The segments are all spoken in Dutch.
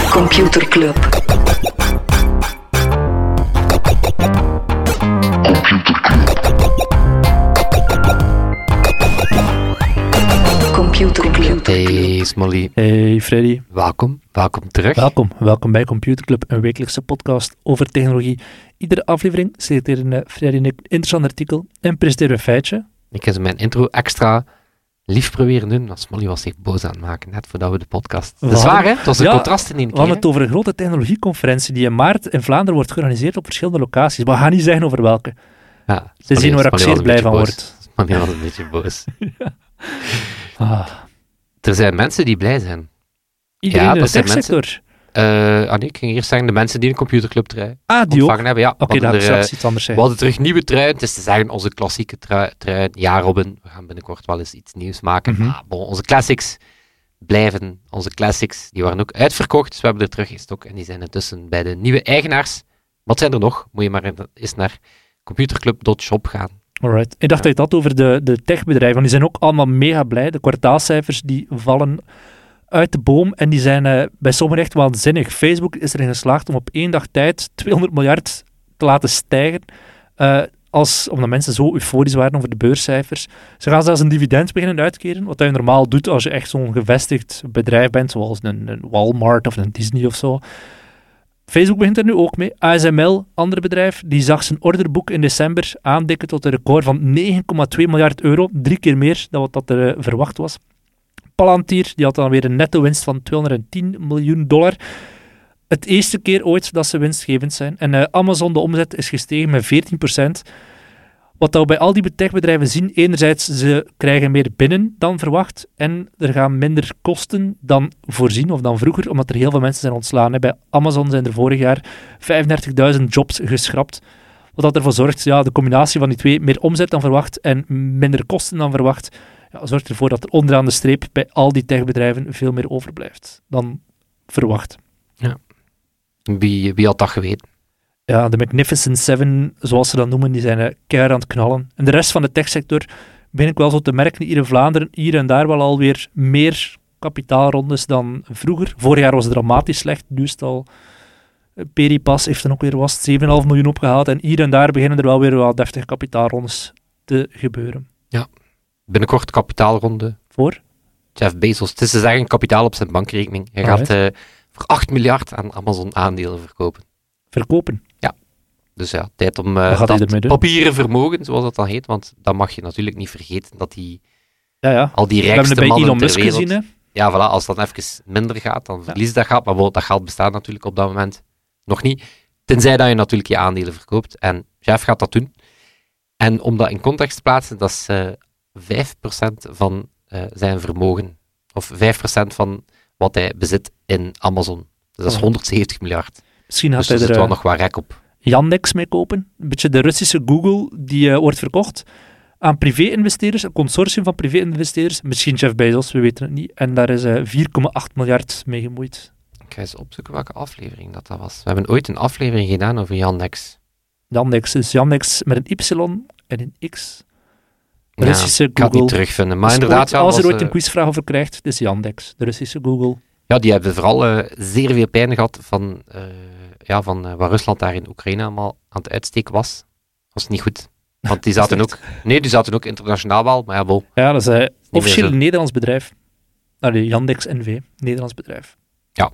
Computer Club. Computer Club. Hey Smolly. Hey Freddy. Welkom terug. Welkom bij Computer Club, een wekelijkse podcast over technologie. Iedere aflevering selecteren Freddy en ik een interessant artikel en presenteren een feitje. Ik heb mijn intro extra lief proberen doen, want Smolly was zich boos aan het maken, net voordat we de podcast... Dat is waar, hè? Het was een contrast in één keer. We hadden het over een grote technologieconferentie die in maart in Vlaanderen wordt georganiseerd op verschillende locaties. Maar we gaan niet zeggen over welke. Ja, Ze zien waar ik zeer blij van word. Smolly was een beetje boos. Ja. Er zijn mensen die blij zijn. Iedereen in de techsector. Nee, ik ging eerst zeggen de mensen die een computerclub trui die ontvangen hebben. Ja, Oké, dat zou iets anders we zijn. hadden terug nieuwe truien. Het is te zeggen, onze klassieke trui. Ja, Robin, we gaan binnenkort wel eens iets nieuws maken. Mhm. Maar bon, onze classics blijven. Onze classics, die waren ook uitverkocht. Dus we hebben er terug in stok. En die zijn intussen bij de nieuwe eigenaars. Wat zijn er nog? Moet je maar eens naar computerclub.shop gaan. Alright. Ik dacht dat je het had over de techbedrijven, want die zijn ook allemaal mega blij. De kwartaalcijfers die vallen uit de boom en die zijn bij sommigen echt waanzinnig. Facebook is erin geslaagd om op 1 dag tijd 200 miljard te laten stijgen, omdat mensen zo euforisch waren over de beurscijfers. Ze gaan zelfs een dividend beginnen uitkeren, wat je normaal doet als je echt zo'n gevestigd bedrijf bent, zoals een Walmart of een Disney of zo. Facebook begint er nu ook mee. ASML, ander bedrijf, die zag zijn orderboek in december aandikken tot een record van 9,2 miljard euro. 3 keer meer dan wat dat er verwacht was. Palantir, die had dan weer een netto winst van $210 miljoen. Het eerste keer ooit dat ze winstgevend zijn. En Amazon, de omzet, is gestegen met 14%. Wat we bij al die techbedrijven zien, enerzijds, ze krijgen meer binnen dan verwacht en er gaan minder kosten dan voorzien of dan vroeger, omdat er heel veel mensen zijn ontslaan. Bij Amazon zijn er vorig jaar 35.000 jobs geschrapt. Wat dat ervoor zorgt, de combinatie van die twee, meer omzet dan verwacht en minder kosten dan verwacht, zorgt ervoor dat er onderaan de streep bij al die techbedrijven veel meer overblijft dan verwacht. Ja. Wie had dat geweten? Ja, de Magnificent Seven, zoals ze dat noemen, die zijn keihard aan het knallen. En de rest van de techsector begin ik wel zo te merken, hier in Vlaanderen, hier en daar wel alweer meer kapitaalrondes dan vroeger. Vorig jaar was het dramatisch slecht, nu is het al... Peripas heeft dan ook weer 7,5 miljoen opgehaald en hier en daar beginnen er wel weer wat deftige kapitaalrondes te gebeuren. Ja, binnenkort kapitaalronde. Voor? Jeff Bezos. Het is te zeggen kapitaal op zijn bankrekening. Hij gaat voor 8 miljard aan Amazon aandelen verkopen. Verkopen? Ja. Dus ja, tijd om dat papieren vermogen, zoals dat dan heet, want dan mag je natuurlijk niet vergeten dat die al die rijkste mannen ter wereld... We hebben het bij Elon Musk gezien, hè? Ja, voilà, als dat even minder gaat, dan verliest dat geld. Maar dat geld bestaat natuurlijk op dat moment nog niet. Tenzij dat je natuurlijk je aandelen verkoopt. En Jeff gaat dat doen. En om dat in context te plaatsen, dat is 5% van zijn vermogen. Of 5% van wat hij bezit in Amazon. Dus dat is 170 miljard. Misschien gaat dus hij er wel nog wat rek op. Yandex mee kopen. Een beetje de Russische Google, die wordt verkocht aan privé-investeerders, een consortium van privé-investeerders. Misschien Jeff Bezos, we weten het niet. En daar is 4,8 miljard mee gemoeid. Ik ga eens opzoeken welke aflevering dat was. We hebben ooit een aflevering gedaan over Yandex. Yandex is Yandex met een Y en een X. Russische Google. Ik ga het niet terugvinden. Maar dus inderdaad, als er ooit een quizvraag over krijgt, het is Yandex, de Russische Google. Ja, die hebben vooral zeer veel pijn gehad van waar Rusland daar in Oekraïne allemaal aan het uitsteken was. Was niet goed. Want die zaten ook internationaal wel, maar ja, wel. Ja, dat is officieel een Nederlands bedrijf. Yandex NV, Nederlands bedrijf. Ja.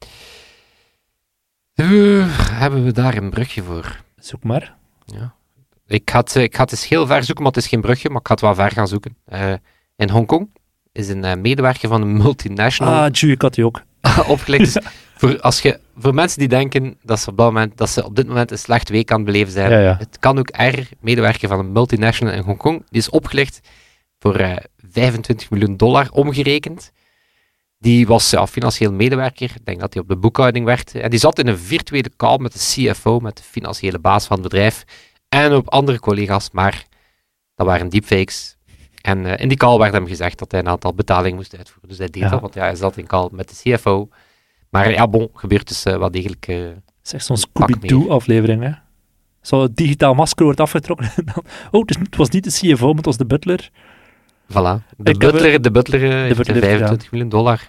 Hebben we daar een brugje voor? Zoek maar. Ja. Ik ga het eens heel ver zoeken, maar het is geen brugje, maar ik ga het wel ver gaan zoeken. In Hongkong is een medewerker van een multinational... ik had die ook. opgelicht. Voor mensen die denken dat ze op dit moment een slecht week aan het beleven zijn. Ja. Het kan ook medewerker van een multinational in Hongkong. Die is opgelicht voor $25 miljoen omgerekend. Die was financieel medewerker. Ik denk dat hij op de boekhouding werkte. En die zat in een virtuele call met de CFO, met de financiële baas van het bedrijf. En op andere collega's, maar dat waren deepfakes. En in die call werd hem gezegd dat hij een aantal betalingen moest uitvoeren. Dus hij deed dat, want hij zat in call met de CFO. Maar ja, gebeurt dus wel degelijk... Het is echt zo'n Scooby-Doo-aflevering, hè? Zo'n digitaal masker wordt afgetrokken. Het was niet de CFO, maar het was de butler. Voilà. De butler heeft $25 miljoen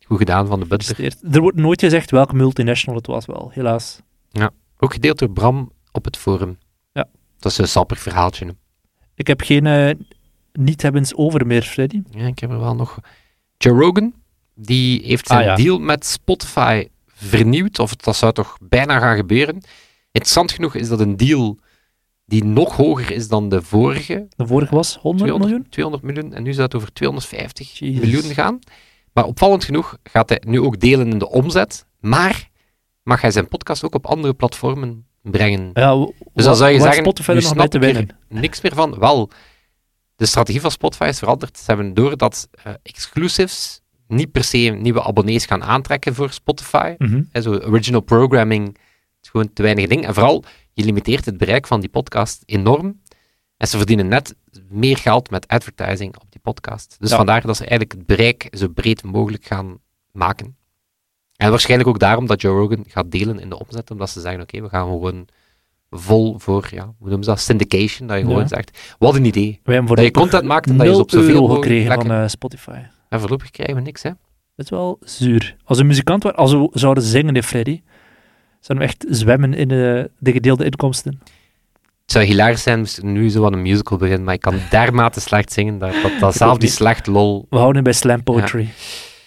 Goed gedaan van de butler. Er wordt nooit gezegd welke multinational het was wel, helaas. Ook gedeeld door Bram op het forum. Ja. Dat is een sappig verhaaltje. Hè. Ik heb geen niet-hebbens over meer, Freddy. Ja, ik heb er wel nog... Joe Rogan, die heeft zijn deal met Spotify vernieuwd, of dat zou toch bijna gaan gebeuren. Interessant genoeg is dat een deal die nog hoger is dan de vorige. De vorige was 100 miljoen? 200 miljoen, en nu zou het over 250 Jezus. miljoen gaan. Maar opvallend genoeg gaat hij nu ook delen in de omzet, maar mag hij zijn podcast ook op andere platformen brengen. Ja, dus dan zou je zeggen, Spotify nu er nog mee snap te ik er winnen. niks meer van. Wel, de strategie van Spotify is veranderd. Ze hebben door dat exclusives niet per se nieuwe abonnees gaan aantrekken voor Spotify. Mhm. Zo original programming is gewoon te weinig ding. En vooral, je limiteert het bereik van die podcast enorm. En ze verdienen net meer geld met advertising op die podcast. Dus vandaar dat ze eigenlijk het bereik zo breed mogelijk gaan maken. En waarschijnlijk ook daarom dat Joe Rogan gaat delen in de omzet, omdat ze zeggen, oké, we gaan gewoon vol voor, hoe noemen ze dat, syndication, dat je gewoon zegt, wat een idee. Wij hebben dat je content maakt en dat je ze op €0 zoveel mogelijk gekregen plekken... van Spotify. En voorlopig krijgen we niks, hè. Dat is wel zuur. Als een muzikant waren, als we zouden zingen, hè, Freddy, zouden we echt zwemmen in de gedeelde inkomsten. Het zou hilarisch zijn moest er nu zo aan een musical beginnen, maar ik kan dermate slecht zingen, dat zelf die slecht lol... We houden bij slam poetry. Ja.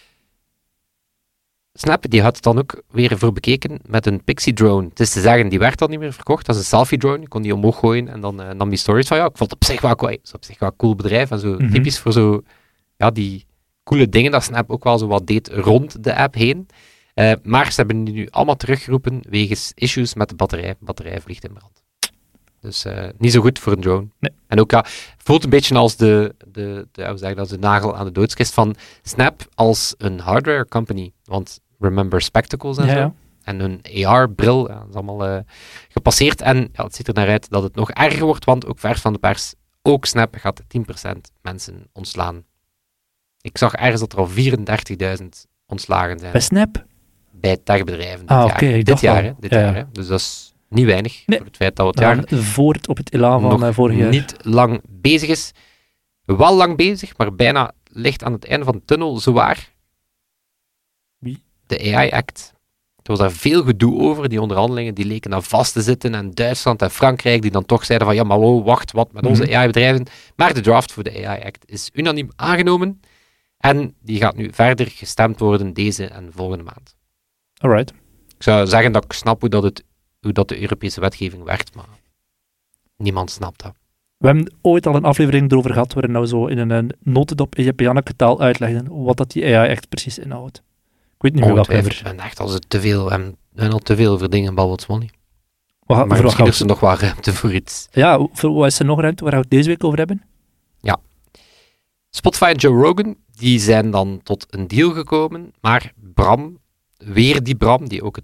Snap, die had het dan ook weer voor bekeken met een Pixie drone. Het is te zeggen, die werd dan niet meer verkocht. Dat is een selfie drone. Je kon die omhoog gooien en dan nam die stories van, ik vond het op zich wel cool. Het is op zich wel een cool bedrijf en zo typisch voor zo, die coole dingen dat Snap ook wel zo wat deed rond de app heen. Maar ze hebben die nu allemaal teruggeroepen wegens issues met de batterij. De batterij vliegt in brand. Dus niet zo goed voor een drone. Nee. En ook, voelt een beetje als de nagel aan de doodskist van Snap als een hardware company. Want remember spectacles en zo. En hun AR-bril, dat is allemaal gepasseerd. En het ziet er naar uit dat het nog erger wordt, want ook vers van de pers, ook Snap gaat 10% mensen ontslaan. Ik zag ergens dat er al 34.000 ontslagen zijn. Bij Snap? Bij techbedrijven dit jaar. Okay, dit jaar. Hè. Dus dat is niet weinig voor het feit dat we het jaar voort op het elan van nog vorig jaar niet lang bezig is. Wel lang bezig, maar bijna ligt aan het einde van de tunnel, zowaar. Wie? De AI Act. Er was daar veel gedoe over, die onderhandelingen, die leken dan vast te zitten. En Duitsland en Frankrijk, die dan toch zeiden van, ja, maar wow, wacht, wat met onze AI-bedrijven. Maar de draft voor de AI Act is unaniem aangenomen. En die gaat nu verder gestemd worden deze en volgende maand. Alright. Ik zou zeggen dat ik snap hoe dat de Europese wetgeving werkt, maar niemand snapt dat. We hebben ooit al een aflevering erover gehad, waarin we zo in een notendop in Japannelijke taal uitlegden wat dat die AI echt precies inhoudt. Ik weet niet meer welke nummer. En echt, als het te veel, we hebben al te veel over dingen babbeld, Money. Maar misschien is er nog wel ruimte voor iets. Ja, wat is er nog ruimte waar we het deze week over hebben? Ja. Spotify en Joe Rogan, die zijn dan tot een deal gekomen, maar Bram, weer die Bram, die ook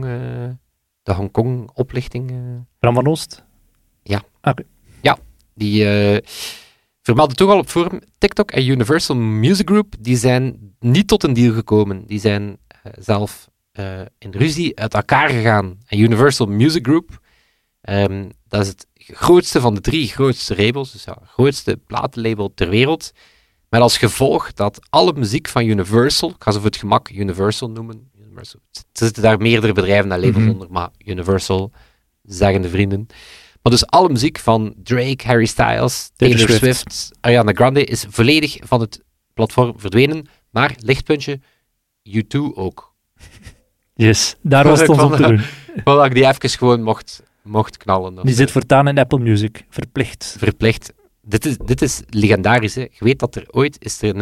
de Hongkong-oplichting... Bram van Oost? Ja. Okay. Ja, die vermeldde toch al op forum, TikTok en Universal Music Group, die zijn niet tot een deal gekomen. Die zijn zelf in ruzie uit elkaar gegaan. En Universal Music Group, dat is het grootste van de 3 grootste labels, dus het grootste platenlabel ter wereld. Met als gevolg dat alle muziek van Universal, ik ga ze voor het gemak Universal noemen, er zitten daar meerdere bedrijven en labels onder, maar Universal, zeggen de vrienden. Maar dus alle muziek van Drake, Harry Styles, Taylor Swift, Ariana Grande is volledig van het platform verdwenen, maar lichtpuntje, U2 ook. Yes, daar was het ons om te doen. Dat ik die even gewoon mocht knallen. Die zit voortaan in Apple Music, verplicht. Dit is legendarisch, hè. Je weet dat er ooit is er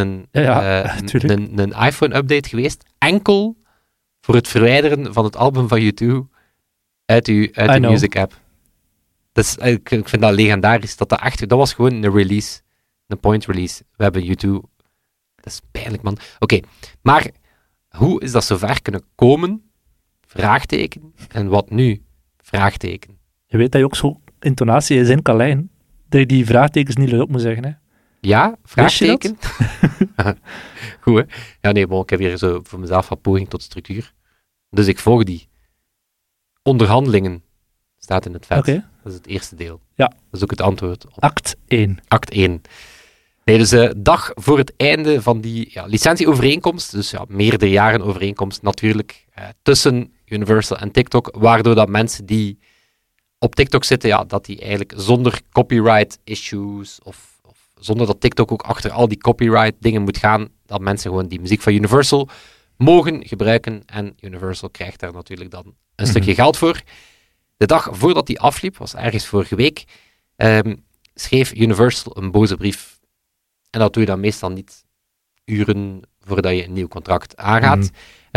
een iPhone-update geweest, enkel voor het verwijderen van het album van U2 uit uw Music-app. Dus, ik vind dat legendarisch. Dat was gewoon een release. Een point release. We hebben U2. Dat is pijnlijk, man. Oké, maar hoe is dat zover kunnen komen? Vraagteken. En wat nu? Vraagteken. Je weet dat je ook zo intonatie is in Kalijn, dat je die vraagtekens niet luid op moet zeggen, hè? Ja, vraagteken. Goed, hè? Ja, nee, ik heb hier zo voor mezelf wat poging tot structuur. Dus ik volg die. Onderhandelingen staat in het vet. Okay. Dat is het eerste deel. Ja. Dat is ook het antwoord op... Act 1. Act 1. Nee, dus dag voor het einde van die licentieovereenkomst, dus meerdere jaren overeenkomst natuurlijk, tussen Universal en TikTok, waardoor dat mensen die op TikTok zitten, dat die eigenlijk zonder copyright issues of zonder dat TikTok ook achter al die copyright dingen moet gaan, dat mensen gewoon die muziek van Universal mogen gebruiken en Universal krijgt daar natuurlijk dan een stukje geld voor. De dag voordat die afliep, was ergens vorige week, schreef Universal een boze brief. En dat doe je dan meestal niet uren voordat je een nieuw contract aangaat.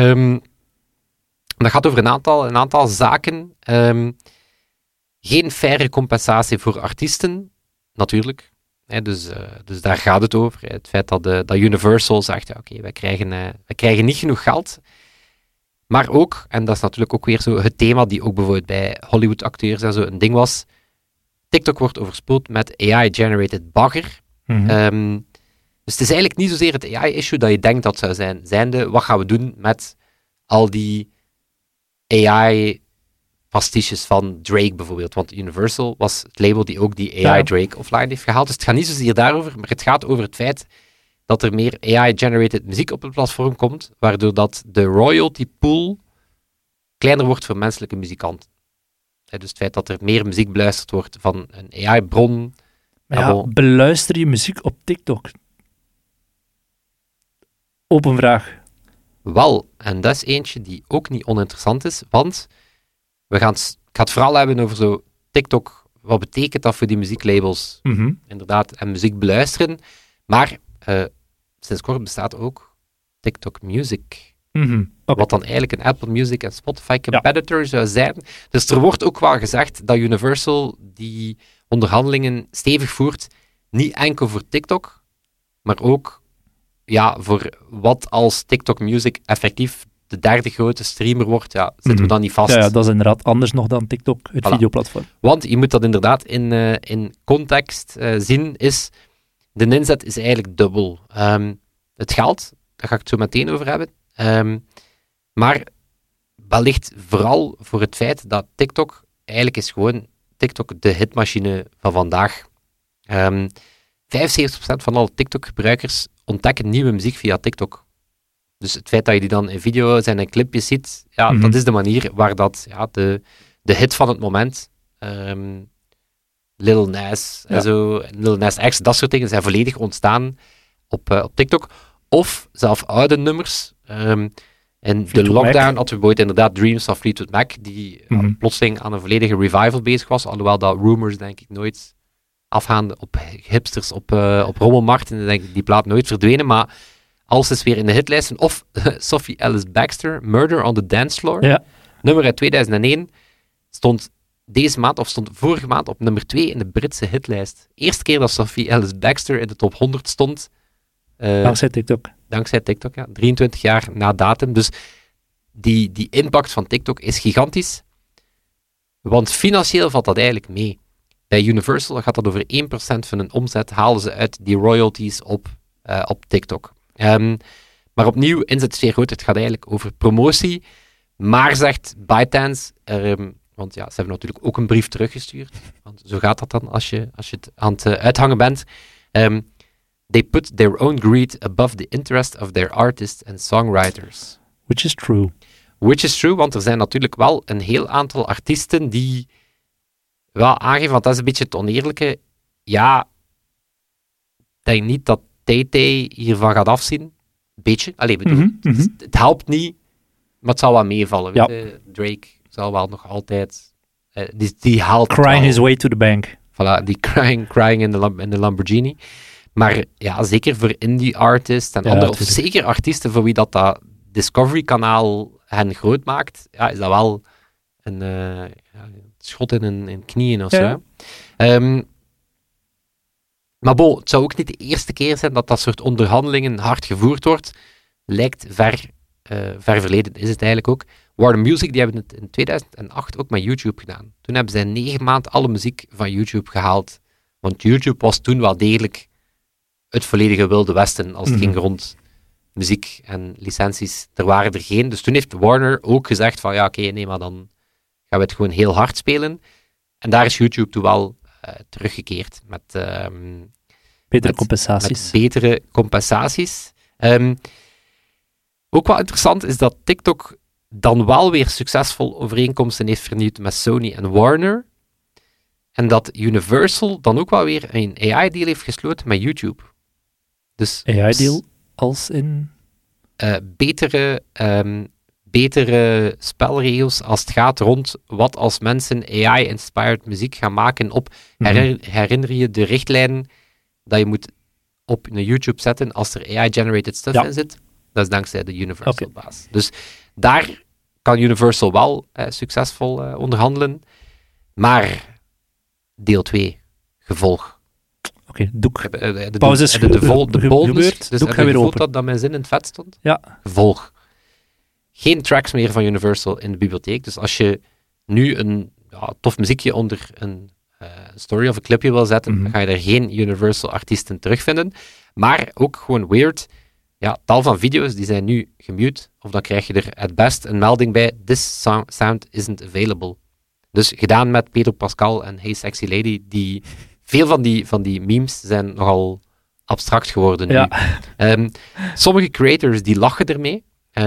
Dat gaat over een aantal zaken. Geen faire compensatie voor artiesten, natuurlijk. Dus daar gaat het over. Het feit dat Universal zegt, oké, wij krijgen niet genoeg geld. Maar ook, en dat is natuurlijk ook weer zo het thema die ook bijvoorbeeld bij Hollywood-acteurs en zo een ding was, TikTok wordt overspoeld met AI-generated bagger. Dus het is eigenlijk niet zozeer het AI-issue dat je denkt dat zou zijn. Zijnde, wat gaan we doen met al die AI-pastiches van Drake bijvoorbeeld? Want Universal was het label die ook die AI-Drake offline heeft gehaald. Dus het gaat niet zozeer daarover, maar het gaat over het feit dat er meer AI-generated muziek op het platform komt, waardoor dat de royalty pool kleiner wordt voor menselijke muzikanten. Dus het feit dat er meer muziek beluisterd wordt van een AI-bron. Maar beluister je muziek op TikTok? Open vraag. Wel, en dat is eentje die ook niet oninteressant is, want ik ga het vooral hebben over zo TikTok. Wat betekent dat voor die muzieklabels? Inderdaad, en muziek beluisteren. Maar sinds kort bestaat ook TikTok Music. Wat dan eigenlijk een Apple Music en Spotify competitor zou zijn. Dus er wordt ook wel gezegd dat Universal die onderhandelingen stevig voert. Niet enkel voor TikTok, maar ook voor wat als TikTok Music effectief de derde grote streamer wordt, zitten we dan niet vast. Ja, dat is inderdaad anders nog dan TikTok, het videoplatform. Want je moet dat inderdaad in context zien, de inzet is eigenlijk dubbel. Het geld, daar ga ik het zo meteen over hebben. Maar wellicht vooral voor het feit dat TikTok eigenlijk is gewoon de hitmachine van vandaag. 75% van alle TikTok-gebruikers ontdekken nieuwe muziek via TikTok. Dus het feit dat je die dan in video's en in clipjes ziet, dat is de manier waar dat de hit van het moment, Lil Nas en zo, Lil Nas X, dat soort dingen zijn volledig ontstaan op TikTok. Of zelf oude nummers. In de lockdown hadden we bijvoorbeeld inderdaad Dreams van Fleetwood Mac, die plotseling aan een volledige revival bezig was, alhoewel dat rumors denk ik nooit afgaan op hipsters op rommelmarkten, denk ik die plaat nooit verdwenen, maar alles is weer in de hitlijsten. Of Sophie Ellis Baxter, Murder on the Dance Floor, nummer uit 2001, stond vorige maand op nummer 2 in de Britse hitlijst. Eerste keer dat Sophie Ellis Baxter in de top 100 stond. Dankzij TikTok. Dankzij TikTok, 23 jaar na datum. Dus die impact van TikTok is gigantisch. Want financieel valt dat eigenlijk mee. Bij Universal gaat dat over 1% van hun omzet halen ze uit die royalties op TikTok. Maar opnieuw, inzet is veel groter. Het gaat eigenlijk over promotie. Maar zegt ByteDance, want ze hebben natuurlijk ook een brief teruggestuurd. Want zo gaat dat dan als je het aan het uithangen bent. They put their own greed above the interest of their artists and songwriters. Which is true. Which is true, want er zijn natuurlijk wel een heel aantal artiesten die wel aangeven, want dat is een beetje het oneerlijke. Ja, ik denk niet dat Tay-Tay hiervan gaat afzien. Beetje. Allee, bedoel, het helpt niet, maar het zal wel meevallen. Ja. Drake zal wel nog altijd... die haalt Crying his way to the bank. Voilà, die crying in de Lamborghini. Maar ja, zeker voor indie artists en andere, of zeker artiesten voor wie dat Discovery-kanaal hen groot maakt, is dat wel een schot in een knieën of zo. Maar het zou ook niet de eerste keer zijn dat soort onderhandelingen hard gevoerd wordt. Lijkt ver verleden, is het eigenlijk ook. Warner Music, die hebben het in 2008 ook met YouTube gedaan. Toen hebben zij 9 maanden alle muziek van YouTube gehaald. Want YouTube was toen wel degelijk het volledige Wilde Westen als het ging rond muziek en licenties. Er waren er geen. Dus toen heeft Warner ook gezegd van maar dan gaan we het gewoon heel hard spelen. En daar is YouTube toen wel teruggekeerd Betere met compensaties. betere compensaties. Ook wel interessant is dat TikTok dan wel weer succesvol overeenkomsten heeft vernieuwd met Sony en Warner. En dat Universal dan ook wel weer een AI-deal heeft gesloten met YouTube. Dus AI-deal als in... betere spelregels als het gaat rond wat als mensen AI-inspired muziek gaan maken op... Herinner je de richtlijnen dat je moet op een YouTube zetten als er AI-generated stuff in zit? Dat is dankzij de Universal-baas. Dus daar kan Universal wel succesvol onderhandelen. Maar deel 2, gevolg. Oké, doek. Pauze is gebeurd. Dus doek gaat weer open. dat mijn zin in het vet stond? Ja. Gevolg. Geen tracks meer van Universal in de bibliotheek. Dus als je nu een tof muziekje onder een story of een clipje wil zetten, dan ga je er geen Universal-artiesten terugvinden. Maar ook gewoon weird. Ja, tal van video's die zijn nu gemute. Of dan krijg je er at best een melding bij. This sound isn't available. Dus gedaan met Pedro Pascal en Hey Sexy Lady. Veel van die memes zijn nogal abstract geworden nu. Ja. Sommige creators die lachen ermee.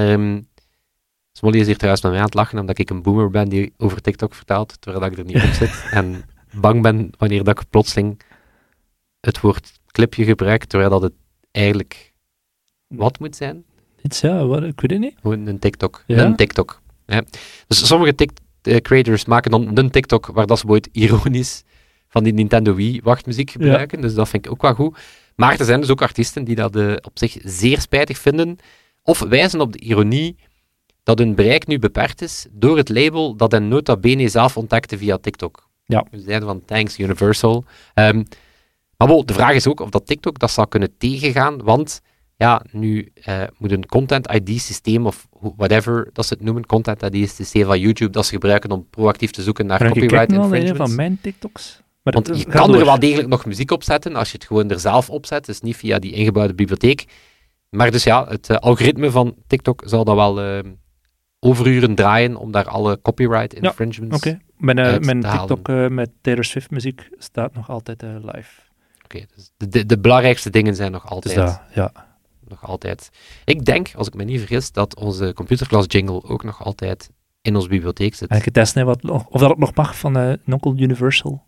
Smolly is hier trouwens met mij aan het lachen omdat ik een boomer ben die over TikTok vertelt, terwijl ik er niet op zit. En bang ben wanneer dat ik plotseling het woord clipje gebruik, terwijl dat het eigenlijk wat moet zijn. Iets, wat, ik weet het niet. Gewoon een TikTok. Ja? Een TikTok. Ja. Dus sommige creators maken dan een TikTok waar dat ze ooit ironisch van die Nintendo Wii wachtmuziek gebruiken. Ja. Dus dat vind ik ook wel goed. Maar er zijn dus ook artiesten die dat op zich zeer spijtig vinden, of wijzen op de ironie dat hun bereik nu beperkt is door het label dat hen nota bene zelf ontdekte via TikTok. Ja. Dus zeiden van, thanks Universal. Maar de vraag is ook of dat TikTok dat zou kunnen tegengaan, want ja, nu moet een Content ID-systeem, of whatever dat ze het noemen, Content ID-systeem van YouTube, dat ze gebruiken om proactief te zoeken naar copyright infringements. Van mijn TikToks? Maar want je kan er wel degelijk nog muziek op zetten, als je het gewoon er zelf opzet, dus niet via die ingebouwde bibliotheek. Maar dus ja, het algoritme van TikTok zal dat wel overuren draaien om daar alle copyright infringements Mijn TikTok met Taylor Swift muziek staat nog altijd live. Oké, dus de belangrijkste dingen zijn nog altijd. Dus nog altijd. Ik denk, als ik me niet vergis, dat onze computerklas jingle ook nog altijd in onze bibliotheek zit. En ik getest of dat ook nog mag van Nonkel Universal.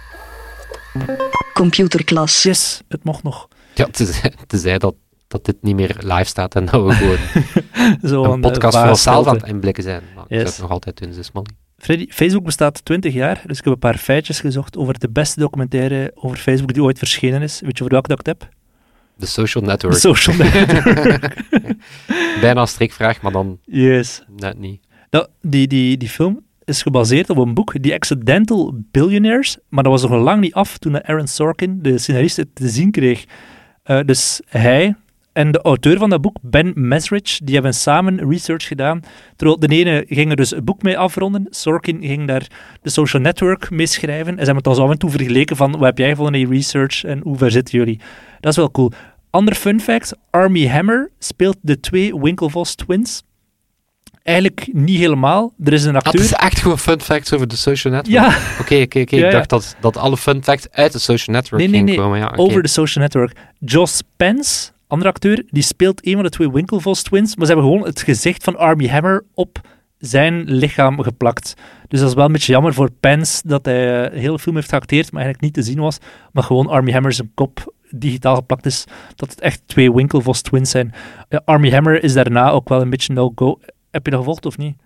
Computerklas. Yes, het mocht nog. Ja, tenzij dat dit niet meer live staat en dat we gewoon een podcast voor onszelf aan het inblikken zijn. Maar ik zou het nog altijd doen, dus man. Freddy, Facebook bestaat 20 jaar, dus ik heb een paar feitjes gezocht over de beste documentaire over Facebook die ooit verschenen is. Weet je voor welke dat ik het heb? The Social Network. The Social Network. Bijna een strikvraag, maar dan net niet. Nou, die film is gebaseerd op een boek, The Accidental Billionaires, maar dat was nog lang niet af toen Aaron Sorkin, de scenarist, het te zien kreeg. Dus hij en de auteur van dat boek, Ben Mesrich, die hebben samen research gedaan. Terwijl de ene ging er dus het boek mee afronden, Sorkin ging daar de Social Network mee schrijven, en ze hebben het dan zo af en toe vergeleken van, wat heb jij gevonden in je research en hoe ver zitten jullie? Dat is wel cool. Ander fun fact, Armie Hammer speelt de 2 Winklevoss twins. Eigenlijk niet helemaal. Er is een acteur... Dat is echt gewoon fun facts over de Social Network? Ja. Oké. Ik dacht dat alle fun facts uit de Social Network gingen komen. Ja, over de Social Network. Joss Pence, andere acteur, die speelt een van de 2 Winklevoss twins, maar ze hebben gewoon het gezicht van Armie Hammer op zijn lichaam geplakt. Dus dat is wel een beetje jammer voor Pence, dat hij een hele film heeft geacteerd, maar eigenlijk niet te zien was, maar gewoon Armie Hammer zijn kop digitaal geplakt is, dat het echt 2 Winklevoss twins zijn. Armie Hammer is daarna ook wel een beetje no-go. Heb je dat gevolgd of niet?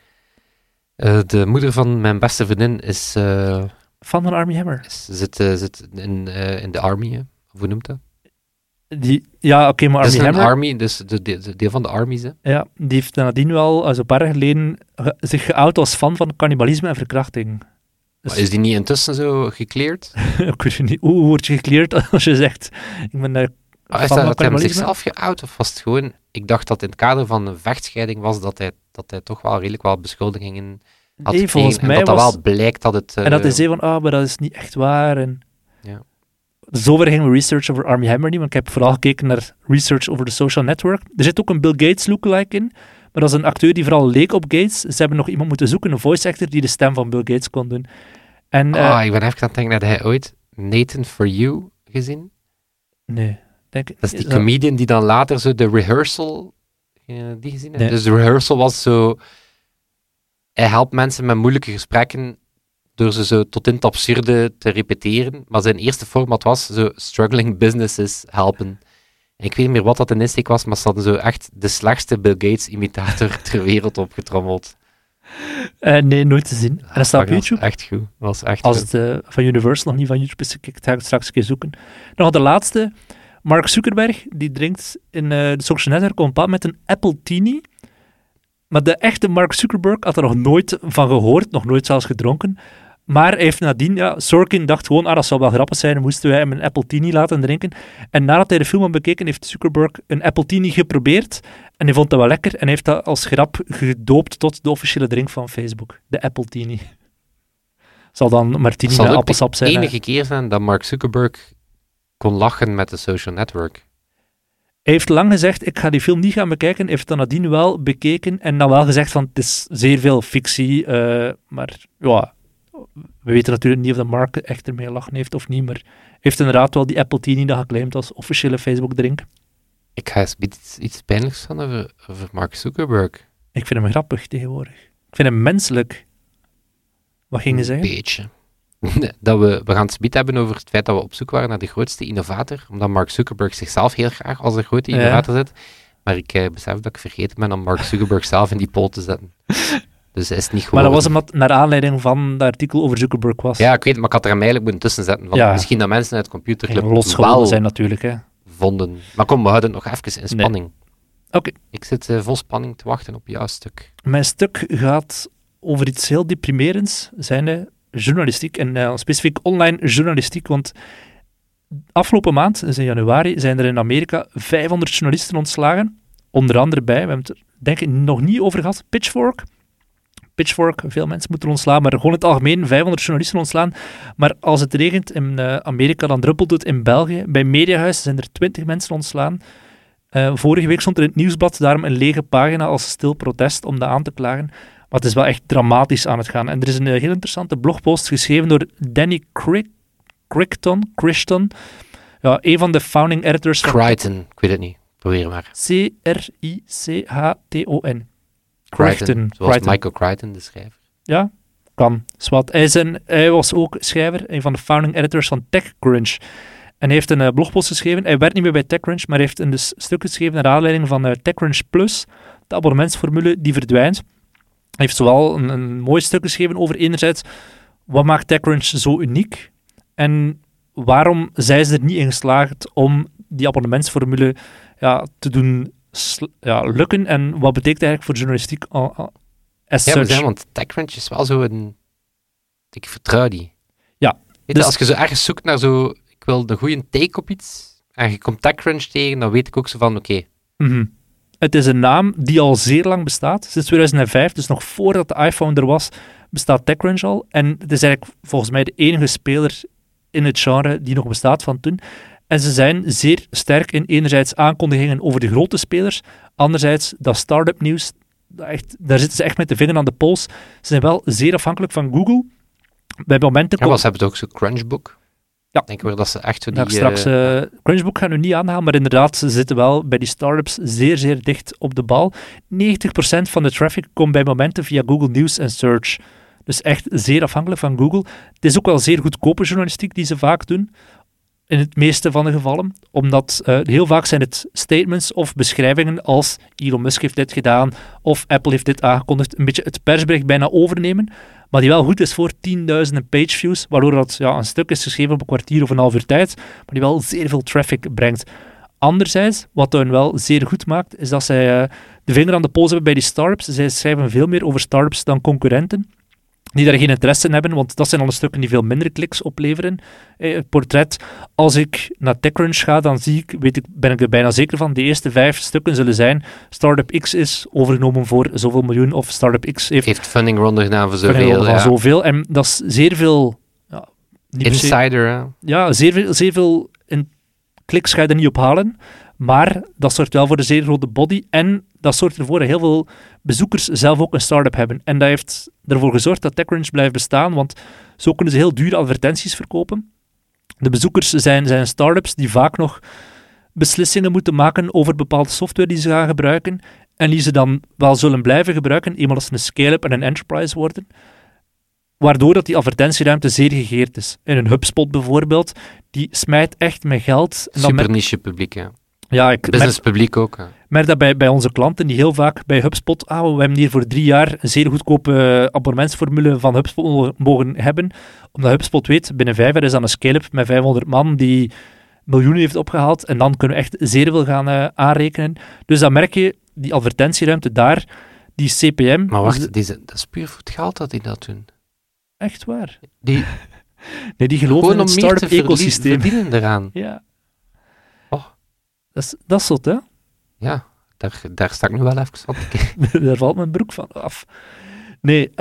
De moeder van mijn beste vriendin is... Fan van Armie Hammer? Zit in de army, hè? Of hoe noemt dat? Maar Armie Hammer... Army, dus de deel van de armies, hè? Ja, die heeft nadien wel, een paar jaar geleden, zich geout als fan van cannibalisme en verkrachting. Dus... Maar is die niet intussen zo gecleared? Ik weet niet, hoe word je gecleared als je zegt... Ik ben is dat hem zichzelf geout, of was het gewoon... Ik dacht dat in het kader van een vechtscheiding was dat hij toch wel redelijk wel beschuldigingen had gekregen. En dat wel blijkt dat het... En dat hij zei van, maar dat is niet echt waar. En... Ja. Zover gingen we research over Armie Hammer niet, want ik heb vooral gekeken naar research over de Social Network. Er zit ook een Bill Gates lookalike in, maar dat is een acteur die vooral leek op Gates. Ze hebben nog iemand moeten zoeken, een voice actor, die de stem van Bill Gates kon doen. En, ik ben even aan het denken, dat hij ooit Nathan For You gezien? Nee, denk ik. Dat is die comedian die dan later zo de rehearsal... die gezien hebt? Nee. Dus de rehearsal was zo... Hij helpt mensen met moeilijke gesprekken door ze zo tot in het absurde te repeteren. Maar zijn eerste format was zo struggling businesses helpen. En ik weet niet meer wat dat de insteek was, maar ze hadden zo echt de slechtste Bill Gates-imitator ter wereld opgetrommeld. Nee, nooit te zien. En dat staat op Dat was YouTube. echt goed. Dat was echt Als goed. het van Universal nog niet van YouTube is, ik ga het straks een keer zoeken. Nog de laatste. Mark Zuckerberg, die drinkt in de social network op een bepaald moment een Apple Teenie. Maar de echte Mark Zuckerberg had er nog nooit van gehoord, nog nooit zelfs gedronken. Maar hij heeft nadien, Sorkin dacht gewoon, dat zou wel grappig zijn, moesten wij hem een Apple Teenie laten drinken. En nadat hij de film had bekeken, heeft Zuckerberg een Apple Teenie geprobeerd. En hij vond dat wel lekker en heeft dat als grap gedoopt tot de officiële drink van Facebook. De Apple Teenie. Zal dan martini Het zal met ook appelsap zijn. de hè. enige keer zijn dat Mark Zuckerberg kon lachen met de social network. Hij heeft lang gezegd, ik ga die film niet gaan bekijken. Hij heeft dan nadien wel bekeken en dan wel gezegd van, het is zeer veel fictie. Maar ja, we weten natuurlijk niet of de Mark echt ermee lachen heeft of niet. Maar hij heeft inderdaad wel die Apple Teenie dat geclaimd als officiële Facebook-drink. Ik ga eens iets pijnlijks van over Mark Zuckerberg. Ik vind hem grappig tegenwoordig. Ik vind hem menselijk. Wat ging je zeggen? Een beetje. Dat we gaan het speed hebben over het feit dat we op zoek waren naar de grootste innovator, omdat Mark Zuckerberg zichzelf heel graag als de grote innovator zet. Maar ik besef dat ik vergeten ben om Mark Zuckerberg zelf in die poll te zetten. Dus hij is niet gewoon... Maar dat was omdat naar aanleiding van dat artikel over Zuckerberg was. Ja, ik weet het, maar ik had er hem eigenlijk moeten tussen zetten. Van Ja. Misschien dat mensen uit Computerclub Ging losgewonden wel zijn natuurlijk. Hè. vonden. Maar kom, we houden het nog even in spanning. Oké. Ik zit vol spanning te wachten op jouw stuk. Mijn stuk gaat over iets heel deprimerends, zijnde journalistiek. En specifiek online journalistiek, want afgelopen maand, dus in januari, zijn er in Amerika 500 journalisten ontslagen. Onder andere bij, we hebben het er denk ik nog niet over gehad, Pitchfork, veel mensen moeten ontslaan, maar gewoon in het algemeen 500 journalisten ontslaan. Maar als het regent in Amerika, dan druppelt het in België. Bij Mediahuis zijn er 20 mensen ontslaan. Vorige week stond er in het nieuwsblad daarom een lege pagina als stil protest om dat aan te klagen. Maar het is wel echt dramatisch aan het gaan. En er is een heel interessante blogpost geschreven door Danny Crichton, ja, een van de founding editors van... Crichton, ik weet het niet. Probeer maar. Crichton. Crichton, zoals Crichton. Michael Crichton, de schrijver. Ja, kan. Zwat. Hij was ook schrijver, een van de founding editors van TechCrunch. En hij heeft een blogpost geschreven. Hij werkt niet meer bij TechCrunch, maar hij heeft een stuk geschreven naar aanleiding van TechCrunch Plus, de abonnementsformule die verdwijnt. Hij heeft zowel een mooi stuk geschreven over enerzijds, wat maakt TechCrunch zo uniek? En waarom zijn ze er niet in geslaagd om die abonnementsformule te doen lukken? En wat betekent eigenlijk voor journalistiek as Ja, such? want TechCrunch is wel zo een... Ik vertrouw die. Ja, Weet je, dus- als je zo ergens zoekt naar zo... Ik wil een goede take op iets, en je komt TechCrunch tegen, dan weet ik ook zo van, oké. Mhm. Het is een naam die al zeer lang bestaat. Sinds 2005, dus nog voordat de iPhone er was, bestaat TechCrunch al. En het is eigenlijk volgens mij de enige speler in het genre die nog bestaat van toen. En ze zijn zeer sterk in enerzijds aankondigingen over de grote spelers, anderzijds dat start-up nieuws. Daar zitten ze echt met de vinger aan de pols. Ze zijn wel zeer afhankelijk van Google. Bij momenten Ja, maar ze hebben het ook zo Crunchbook. Ja. Denk ik dat ze echt zo Ja, die... straks, Crunchbook gaan we niet aanhalen, maar inderdaad, ze zitten wel bij die startups zeer, zeer dicht op de bal. 90% van de traffic komt bij momenten via Google News en Search. Dus echt zeer afhankelijk van Google. Het is ook wel zeer goedkope journalistiek die ze vaak doen, in het meeste van de gevallen, omdat heel vaak zijn het statements of beschrijvingen als Elon Musk heeft dit gedaan, of Apple heeft dit aangekondigd, een beetje het persbericht bijna overnemen, maar die wel goed is voor 10.000 pageviews, waardoor dat een stuk is geschreven op een kwartier of een half uur tijd, maar die wel zeer veel traffic brengt. Anderzijds, wat hun wel zeer goed maakt, is dat zij de vinger aan de pols hebben bij die startups. Zij schrijven veel meer over startups dan concurrenten, die daar geen interesse in hebben, want dat zijn al stukken die veel minder kliks opleveren. Het portret, als ik naar TechCrunch ga, dan ben ik er bijna zeker van, de eerste 5 stukken zullen zijn, Startup X is overgenomen voor zoveel miljoen, of Startup X heeft funding ronde gedaan voor funding zoveel. van Ja. zoveel. En dat is zeer veel... niet per se- Insider, hè. ja, zeer veel kliks ga je er niet op halen, maar dat zorgt wel voor een zeer grote body en dat zorgt ervoor dat heel veel bezoekers zelf ook een start-up hebben. En dat heeft ervoor gezorgd dat TechCrunch blijft bestaan, want zo kunnen ze heel dure advertenties verkopen. De bezoekers zijn start-ups die vaak nog beslissingen moeten maken over bepaalde software die ze gaan gebruiken en die ze dan wel zullen blijven gebruiken, eenmaal als ze een scale-up en een enterprise worden, waardoor dat die advertentieruimte zeer gegeerd is. In een HubSpot bijvoorbeeld, die smijt echt met geld. En dan Super niche publiek, ja. Ja, ik Business publiek ook. Ja. merk dat bij onze klanten, die heel vaak bij HubSpot, we hebben hier voor 3 jaar een zeer goedkope abonnementsformule van HubSpot mogen hebben, omdat HubSpot weet, binnen 5 jaar is dat een scale-up met 500 man die miljoenen heeft opgehaald, en dan kunnen we echt zeer veel gaan aanrekenen. Dus dan merk je, die advertentieruimte daar, die CPM... Maar wacht, dat is puur voor het geld dat die dat doen. Echt waar. Die Die geloven in gewoon het om meer te start-up-ecosysteem. verdienen eraan. Ja. Oh. Dat is zot, hè? Ja, daar sta ik nu wel even van te kijken. Daar valt mijn broek van af. Nee,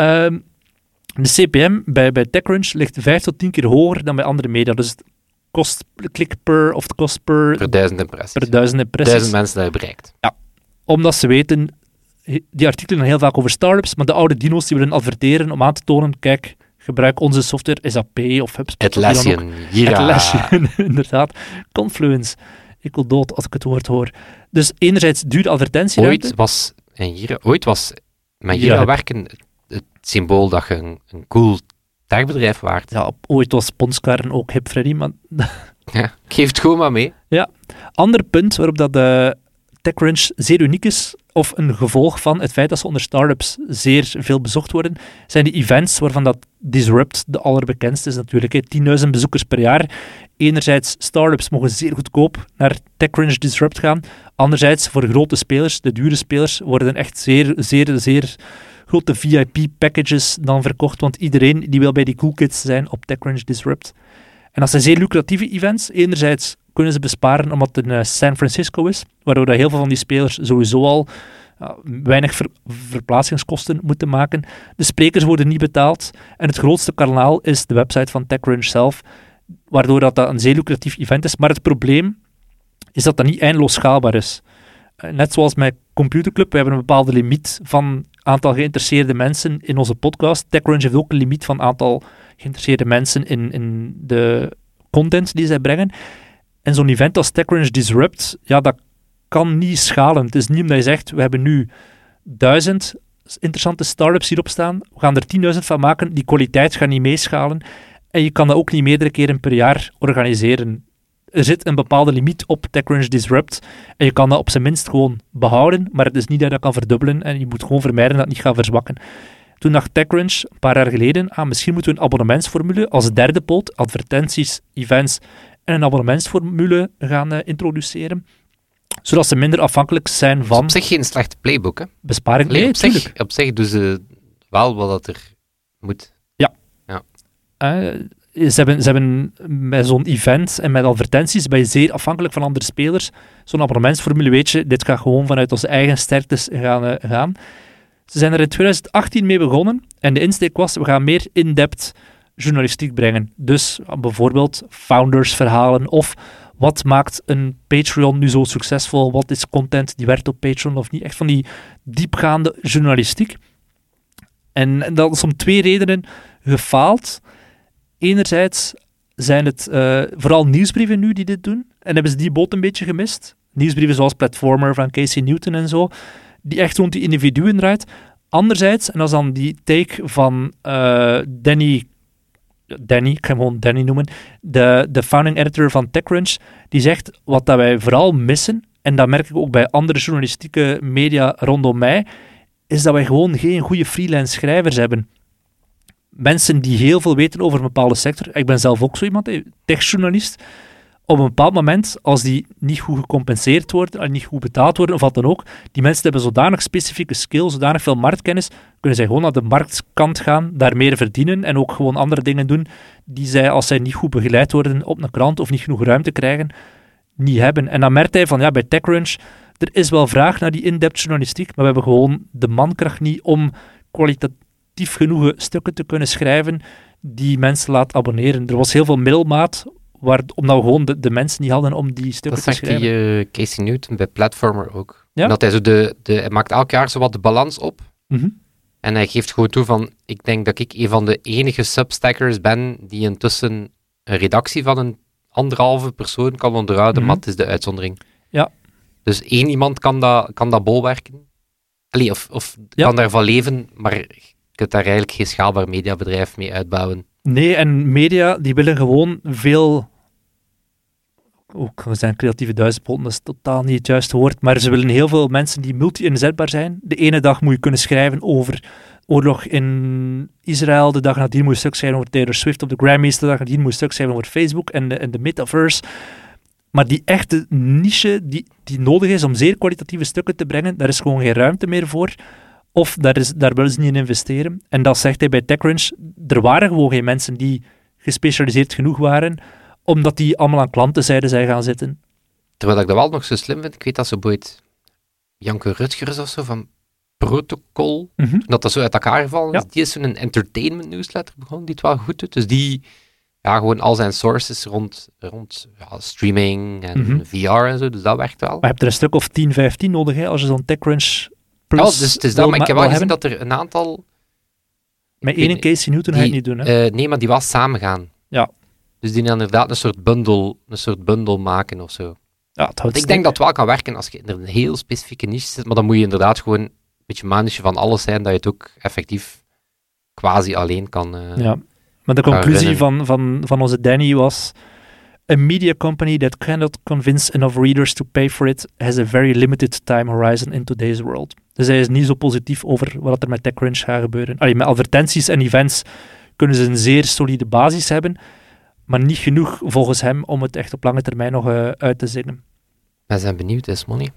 de CPM bij TechCrunch ligt 5 tot 10 keer hoger dan bij andere media. Dus het kost klik per, of het kost Per 1000 impressies. per 1000 impressies. 1000 mensen dat je bereikt. Omdat ze weten, die artikelen gaan heel vaak over startups, maar de oude dino's die willen adverteren om aan te tonen, kijk, gebruik onze software, SAP of HubSpot. Atlassian, Jira. Atlassian, inderdaad. Confluence. Ik wil dood als ik het woord hoor. Dus enerzijds duurde advertentieruimte. Ooit was met Jira Jira werken het symbool dat je een cool techbedrijf waard. Ja, ooit was Ponskarren ook hip, Freddy, maar... Ja, ik geef het gewoon maar mee. Ander punt waarop dat de TechCrunch zeer uniek is, of een gevolg van het feit dat ze onder startups zeer veel bezocht worden, zijn die events waarvan dat Disrupt de allerbekendste is natuurlijk. 10.000 bezoekers per jaar. Enerzijds, startups mogen zeer goedkoop naar TechCrunch Disrupt gaan. Anderzijds, voor grote spelers, de dure spelers, worden echt zeer, zeer, zeer grote VIP-packages dan verkocht, want iedereen die wil bij die cool kids zijn op TechCrunch Disrupt. En dat zijn zeer lucratieve events. Enerzijds kunnen ze besparen omdat het in San Francisco is, waardoor dat heel veel van die spelers sowieso al weinig verplaatsingskosten moeten maken. De sprekers worden niet betaald. En het grootste kanaal is de website van TechCrunch zelf, waardoor dat een zeer lucratief event is. Maar het probleem is dat dat niet eindeloos schaalbaar is. Net zoals met Computerclub, we hebben een bepaalde limiet van aantal geïnteresseerde mensen in onze podcast. TechCrunch heeft ook een limiet van aantal geïnteresseerde mensen in de content die zij brengen. En zo'n event als TechCrunch Disrupt, ja, dat kan niet schalen. Het is niet omdat je zegt, we hebben nu 1000 interessante startups hierop staan, we gaan er 10.000 van maken, die kwaliteit gaat niet meeschalen. En je kan dat ook niet meerdere keren per jaar organiseren. Er zit een bepaalde limiet op TechCrunch Disrupt en je kan dat op zijn minst gewoon behouden, maar het is niet dat je dat kan verdubbelen en je moet gewoon vermijden dat het niet gaat verzwakken. Toen dacht TechCrunch een paar jaar geleden, misschien moeten we een abonnementsformule als derde poot, advertenties, events en een abonnementsformule gaan introduceren, zodat ze minder afhankelijk zijn van... Op zich geen slechte playbook, hè? Besparing. Nee, op zich doen ze wel wat er moet. Ze hebben met zo'n event en met advertenties ben je zeer afhankelijk van andere spelers. Zo'n abonnementsformule weet je, dit gaat gewoon vanuit onze eigen sterktes gaan. Ze zijn er in 2018 mee begonnen en de insteek was, we gaan meer in-depth journalistiek brengen. Dus bijvoorbeeld foundersverhalen of wat maakt een Patreon nu zo succesvol? Wat is content die werkt op Patreon of niet? Echt van die diepgaande journalistiek. En dat is om 2 redenen gefaald. Enerzijds zijn het vooral nieuwsbrieven nu die dit doen. En hebben ze die boot een beetje gemist. Nieuwsbrieven zoals Platformer van Casey Newton en zo. Die echt rond die individuen draait. Anderzijds, en dat is dan die take van Danny, ik ga hem gewoon Danny noemen, de founding editor van TechCrunch, die zegt, wat dat wij vooral missen, en dat merk ik ook bij andere journalistieke media rondom mij, is dat wij gewoon geen goede freelance schrijvers hebben. Mensen die heel veel weten over een bepaalde sector. Ik ben zelf ook zo iemand, techjournalist. Op een bepaald moment, als die niet goed gecompenseerd worden, niet goed betaald worden, of wat dan ook, die mensen hebben zodanig specifieke skills, zodanig veel marktkennis, kunnen zij gewoon naar de marktkant gaan, daar meer verdienen en ook gewoon andere dingen doen die zij, als zij niet goed begeleid worden op een krant of niet genoeg ruimte krijgen, niet hebben. En dan merkt hij van, ja, bij TechCrunch, er is wel vraag naar die in-depth journalistiek, maar we hebben gewoon de mankracht niet om kwalitatief genoeg stukken te kunnen schrijven die mensen laat abonneren. Er was heel veel middelmaat, omdat we gewoon de mensen niet hadden om die stukken te schrijven. Dat zegt die Casey Newton bij Platformer ook. Ja? Dat hij zo hij maakt elk jaar zo wat de balans op. Mm-hmm. En hij geeft gewoon toe van, ik denk dat ik een van de enige substackers ben die intussen een redactie van een anderhalve persoon kan onderhouden, maar het is de uitzondering. Ja. Dus 1 iemand kan dat bolwerken. Allee, of kan daarvan leven, maar je kunt daar eigenlijk geen schaalbaar mediabedrijf mee uitbouwen. Nee, en media, die willen gewoon veel... we zijn creatieve duizendpoten, dat is totaal niet het juiste woord, maar ze willen heel veel mensen die multi-inzetbaar zijn. De ene dag moet je kunnen schrijven over oorlog in Israël, de dag nadien moet je stuk schrijven over Taylor Swift op de Grammys, de dag nadien moet je stuk schrijven over Facebook en de metaverse. Maar die echte niche die nodig is om zeer kwalitatieve stukken te brengen, daar is gewoon geen ruimte meer voor. Of daar willen ze niet in investeren. En dat zegt hij bij TechCrunch. Er waren gewoon geen mensen die gespecialiseerd genoeg waren, omdat die allemaal aan klantenzijde zijn gaan zitten. Terwijl ik dat wel nog zo slim vind, ik weet dat zo bijvoorbeeld Janke Rutgers of zo van Protocol, dat zo uit elkaar gevallen is. Ja. Die is zo'n entertainment newsletter begonnen, die het wel goed doet. Dus die, gewoon al zijn sources rond streaming en VR en zo, dus dat werkt wel. Maar je hebt er een stuk of 10, 15 nodig, hè, als je zo'n TechCrunch Plus dus het is dat, maar ik heb wel gezien dat er een aantal... Met één Casey Newton ga je het niet doen, hè? Nee, maar die was samen gaan. Ja. Dus die inderdaad een soort bundel maken of zo. Ja, ik denk dat het wel kan werken als je in een heel specifieke niche zit, maar dan moet je inderdaad gewoon een beetje manusje van alles zijn, dat je het ook effectief quasi alleen kan maar de conclusie van onze Danny was... A media company that cannot convince enough readers to pay for it has a very limited time horizon in today's world. Dus hij is niet zo positief over wat er met TechCrunch gaat gebeuren. Met advertenties en events kunnen ze een zeer solide basis hebben, maar niet genoeg volgens hem om het echt op lange termijn nog uit te zinnen. Wij zijn benieuwd, is Money.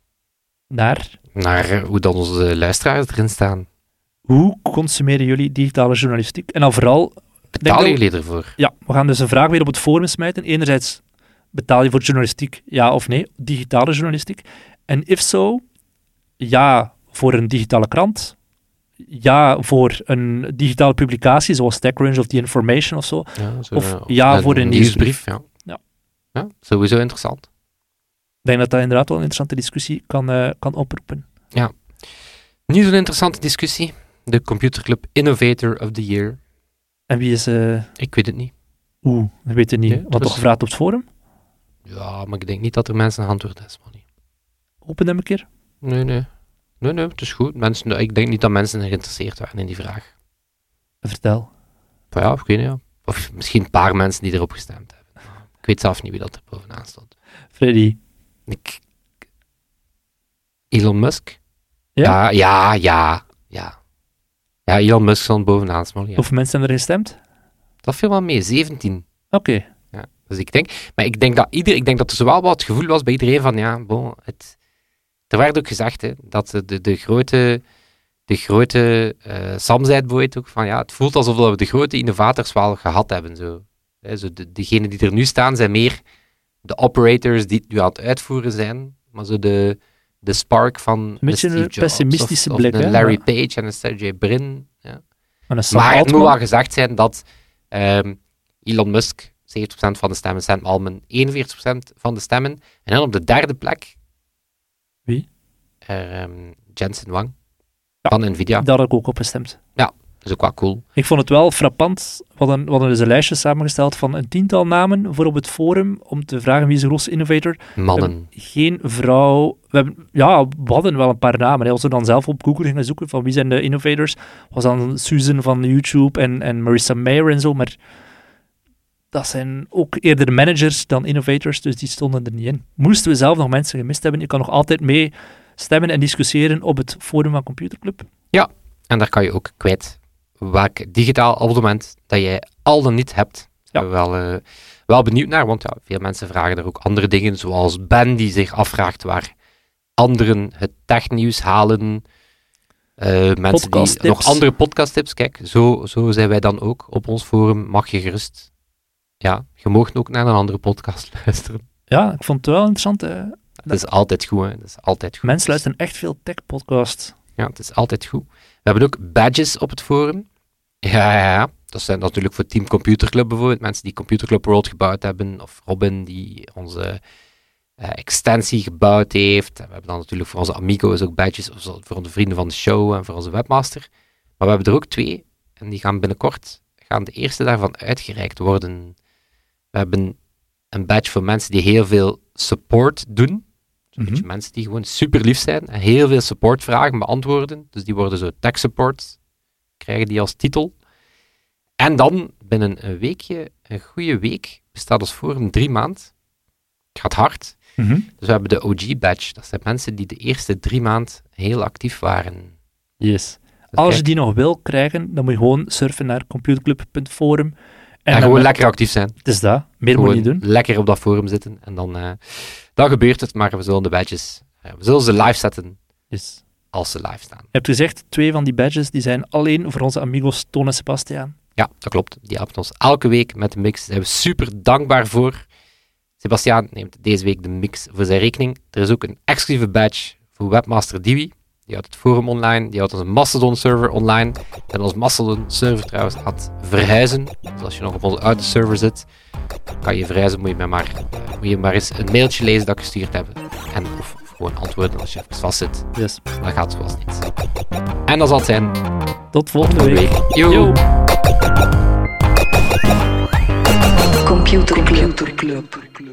Naar hoe dan onze luisteraars erin staan. Hoe consumeren jullie digitale journalistiek? En dan vooral... Betalen jullie ervoor? Ja, we gaan dus een vraag weer op het forum smijten. Enerzijds, betaal je voor journalistiek, ja of nee? Digitale journalistiek. En if so, ja voor een digitale krant. Ja voor een digitale publicatie, zoals TechCrunch of The Information of zo. Of ja voor een nieuwsbrief. Ja, sowieso interessant. Ik denk dat dat inderdaad wel een interessante discussie kan oproepen. Ja. Niet zo'n interessante discussie. De Computerclub Innovator of the Year. En wie is... Ik weet het niet. Je weet het niet. Nee, Wat toch gevraagd op het forum? Ja, maar ik denk niet dat er mensen antwoord is, man. Open hem een keer? Nee, het is goed. Ik denk niet dat mensen geïnteresseerd waren in die vraag. Vertel. Ja, ik weet niet. Ja. Of misschien een paar mensen die erop gestemd hebben. Ik weet zelf niet wie dat er bovenaan stond. Freddy. Elon Musk? Ja? Ja, Elon Musk stond bovenaan. Ja. Hoeveel mensen hebben er gestemd? Dat viel wel mee, 17. Oké. Ja, dus ik denk dat er zowel wat het gevoel was bij iedereen van, er werd ook gezegd, hè, dat de grote Sam zei het ook, van het voelt alsof we de grote innovators wel gehad hebben. Zo. Degenen die er nu staan, zijn meer de operators die het nu aan het uitvoeren zijn, maar zo de spark van Steve Jobs, pessimistische blik, of een Larry Page en een Sergey Brin. Ja. Maar het moet wel gezegd zijn dat Elon Musk 70% van de stemmen, Sam Altman 41% van de stemmen, en dan op de derde plek wie? Jensen Huang van Nvidia. Daar had ik ook op gestemd. Ja, dat is ook wel cool. Ik vond het wel frappant. We hadden dus een lijstje samengesteld van een 10-tal namen voor op het forum om te vragen wie is de grootste innovator. Mannen. Geen vrouw. We hadden wel een paar namen. Als we dan zelf op Google gingen zoeken van wie zijn de innovators, was dan Susan van YouTube en Marissa Mayer en zo, maar dat zijn ook eerder managers dan innovators, dus die stonden er niet in. Moesten we zelf nog mensen gemist hebben, je kan nog altijd mee stemmen en discussiëren op het forum van Computerclub. Ja, en daar kan je ook kwijt welk digitaal abonnement dat jij al dan niet hebt. Daar zijn we wel benieuwd naar, want veel mensen vragen er ook andere dingen, zoals Ben die zich afvraagt waar anderen het technieuws halen. Mensen die nog andere podcasttips, kijk, zo zijn wij dan ook op ons forum. Mag je gerust... Ja, je mag ook naar een andere podcast luisteren. Ja, ik vond het wel interessant. Dat is altijd goed, hè. Dat is altijd goed. Mensen luisteren echt veel tech-podcasts. Ja, het is altijd goed. We hebben ook badges op het forum. Ja. Dat zijn natuurlijk voor Team Computerclub bijvoorbeeld. Mensen die Computerclub World gebouwd hebben. Of Robin, die onze extensie gebouwd heeft. En we hebben dan natuurlijk voor onze Amigo's ook badges. Voor onze vrienden van de show en voor onze webmaster. Maar we hebben er ook 2. En die gaan binnenkort... de eerste daarvan uitgereikt worden. We hebben een badge voor mensen die heel veel support doen. Een beetje mensen die gewoon super lief zijn en heel veel supportvragen beantwoorden. Dus die worden zo tech support, krijgen die als titel. En dan binnen een weekje, een goede week, bestaat ons forum 3 maanden. Het gaat hard. Dus we hebben de OG badge. Dat zijn mensen die de eerste 3 maanden heel actief waren. Yes. Dus Als je kijk, die nog wil krijgen, dan moet je gewoon surfen naar computerclub.forum. en dan gewoon lekker actief zijn. Het is dat. Meer moet je Gewoon niet doen. lekker op dat forum zitten. En dan gebeurt het, maar we zullen de badges, we zullen ze live zetten Yes. als ze live staan. Je hebt gezegd, 2 van die badges die zijn alleen voor onze amigos Toon en Sebastiaan. Ja, dat klopt. Die helpen ons elke week met de mix. Daar zijn we super dankbaar voor. Sebastiaan neemt deze week de mix voor zijn rekening. Er is ook een exclusieve badge voor Webmaster Diwi. Die houdt het forum online, die houdt onze Mastodon-server online. En onze Mastodon-server trouwens gaat verhuizen. Dus als je nog op onze oude server zit, kan je verhuizen, moet je maar eens een mailtje lezen dat ik gestuurd heb. En of gewoon antwoorden als je even vastzit. Yes. Dan gaat het zoals niet. En dat zal het zijn. Tot volgende week. Yo. Yo. Computer Club.